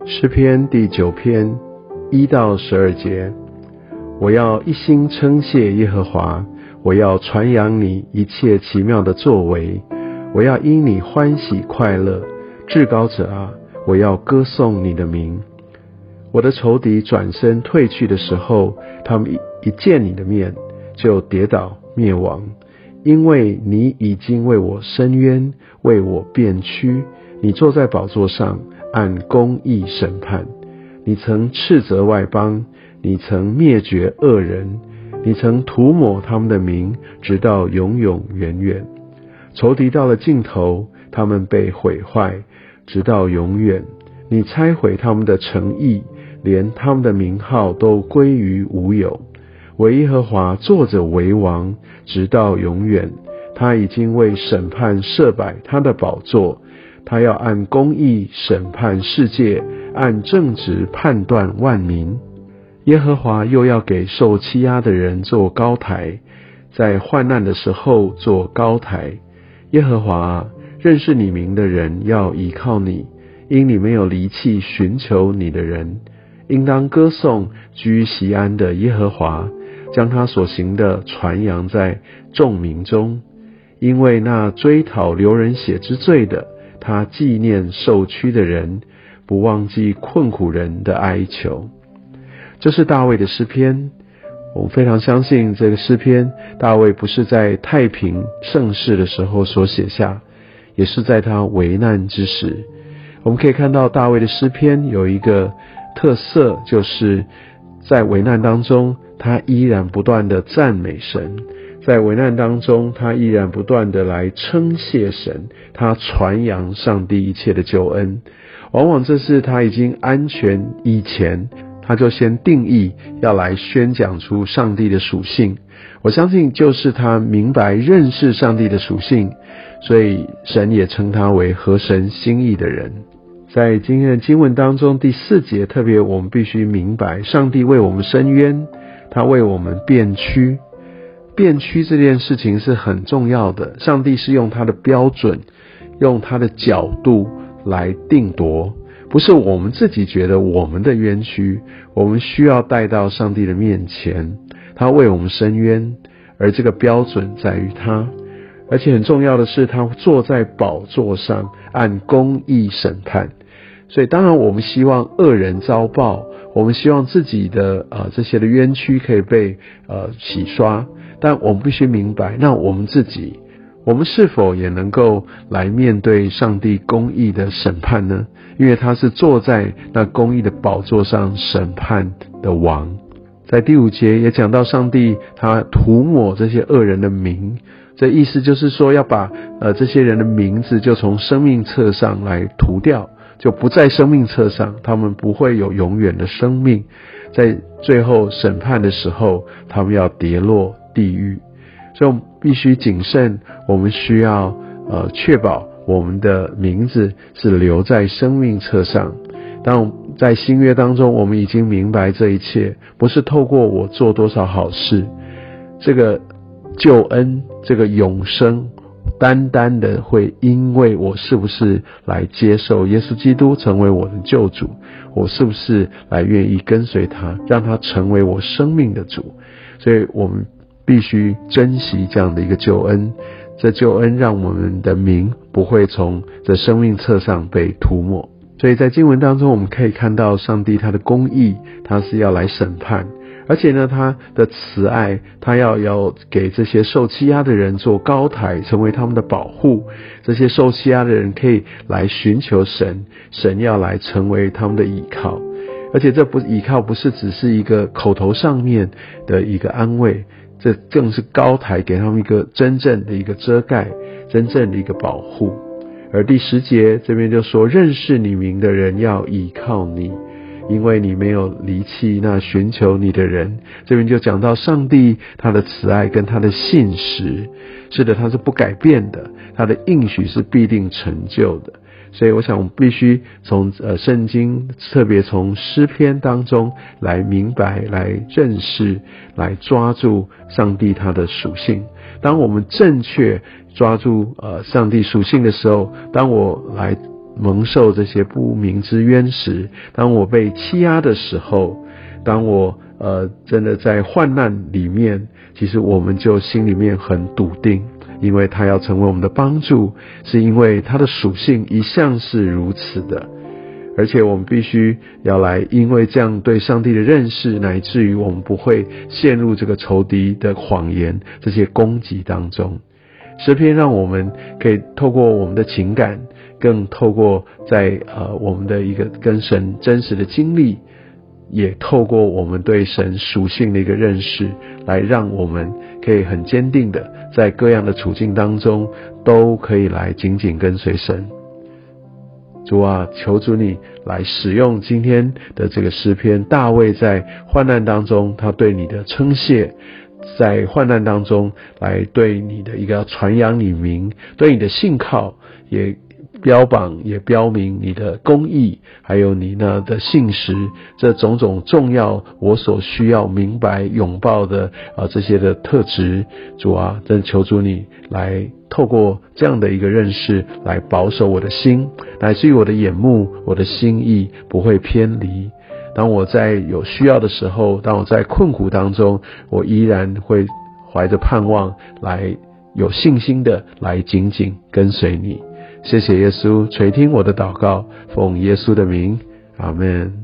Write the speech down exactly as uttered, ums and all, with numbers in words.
诗篇第九篇一到十二节，我要一心称谢耶和华，我要传扬你一切奇妙的作为，我要因你欢喜快乐。至高者啊，我要歌颂你的名。我的仇敌转身退去的时候，他们一见你的面就跌倒灭亡，因为你已经为我伸冤，为我辩屈。你坐在宝座上，按公义审判。你曾斥责外邦，你曾灭绝恶人，你曾涂抹他们的名，直到永永远远。仇敌到了尽头，他们被毁坏，直到永远。你拆毁他们的诚意，连他们的名号都归于无有。惟耶和华坐着为王，直到永远。他已经为审判设摆他的宝座，他要按公义审判世界，按正直判断万民。耶和华又要给受欺压的人做高台，在患难的时候做高台。耶和华啊，认识你名的人要倚靠你，因你没有离弃寻求你的人。应当歌颂居锡安的耶和华，将他所行的传扬在众民中。因为那追讨流人血之罪的，他纪念受屈的人，不忘记困苦人的哀求。这是大卫的诗篇，我们非常相信这个诗篇，大卫不是在太平盛世的时候所写下，也是在他危难之时。我们可以看到大卫的诗篇有一个特色，就是在危难当中，他依然不断的赞美神，在危难当中，他依然不断的来称谢神，他传扬上帝一切的救恩。往往这是他已经安全以前，他就先定义要来宣讲出上帝的属性。我相信就是他明白认识上帝的属性，所以神也称他为合神心意的人。在今天的经文当中，第四节特别我们必须明白，上帝为我们伸冤，他为我们辩屈。辩屈这件事情是很重要的，上帝是用他的标准，用他的角度来定夺，不是我们自己觉得我们的冤屈，我们需要带到上帝的面前，他为我们伸冤，而这个标准在于他。而且很重要的是，他坐在宝座上，按公义审判。所以当然我们希望恶人遭报，我们希望自己的呃这些的冤屈可以被呃洗刷，但我们必须明白，那我们自己，我们是否也能够来面对上帝公义的审判呢？因为他是坐在那公义的宝座上审判的王。在第五节也讲到，上帝他涂抹这些恶人的名，这意思就是说要把呃这些人的名字就从生命册上来涂掉，就不在生命册上，他们不会有永远的生命。在最后审判的时候，他们要跌落地狱。所以我们必须谨慎，我们需要呃确保我们的名字是留在生命册上。当在新约当中，我们已经明白这一切，不是透过我做多少好事，这个救恩，这个永生，单单的会因为我是不是来接受耶稣基督成为我的救主，我是不是来愿意跟随他，让他成为我生命的主。所以我们必须珍惜这样的一个救恩，这救恩让我们的名不会从这生命册上被涂抹。所以在经文当中，我们可以看到上帝他的公义，他是要来审判，而且呢，他的慈爱，他要要给这些受欺压的人做高台，成为他们的保护。这些受欺压的人可以来寻求神，神要来成为他们的依靠。而且这不依靠不是只是一个口头上面的一个安慰，这更是高台，给他们一个真正的一个遮盖，真正的一个保护。而第十节这边就说，认识你名的人要倚靠你，因为你没有离弃那寻求你的人。这边就讲到上帝他的慈爱跟他的信实，是的，他是不改变的，他的应许是必定成就的。所以我想我们必须从呃圣经，特别从诗篇当中来明白，来认识，来抓住上帝他的属性。当我们正确抓住呃上帝属性的时候，当我来蒙受这些不明之冤时，当我被欺压的时候，当我呃真的在患难里面，其实我们就心里面很笃定，因为他要成为我们的帮助，是因为他的属性一向是如此的。而且我们必须要来，因为这样对上帝的认识，乃至于我们不会陷入这个仇敌的谎言这些攻击当中。诗篇让我们可以透过我们的情感，更透过在呃我们的一个跟神真实的经历，也透过我们对神属性的一个认识，来让我们可以很坚定的在各样的处境当中都可以来紧紧跟随神。主啊，求主你来使用今天的这个诗篇，大卫在患难当中他对你的称谢，在患难当中来对你的一个传扬你名，对你的信靠也标榜也标明你的公义，还有你那的信实，这种种重要我所需要明白拥抱的啊这些的特质。主啊，真求主你来透过这样的一个认识来保守我的心，乃至于我的眼目，我的心意不会偏离。当我在有需要的时候，当我在困苦当中，我依然会怀着盼望来有信心的来紧紧跟随你。谢谢耶稣垂听我的祷告，奉耶稣的名，阿们。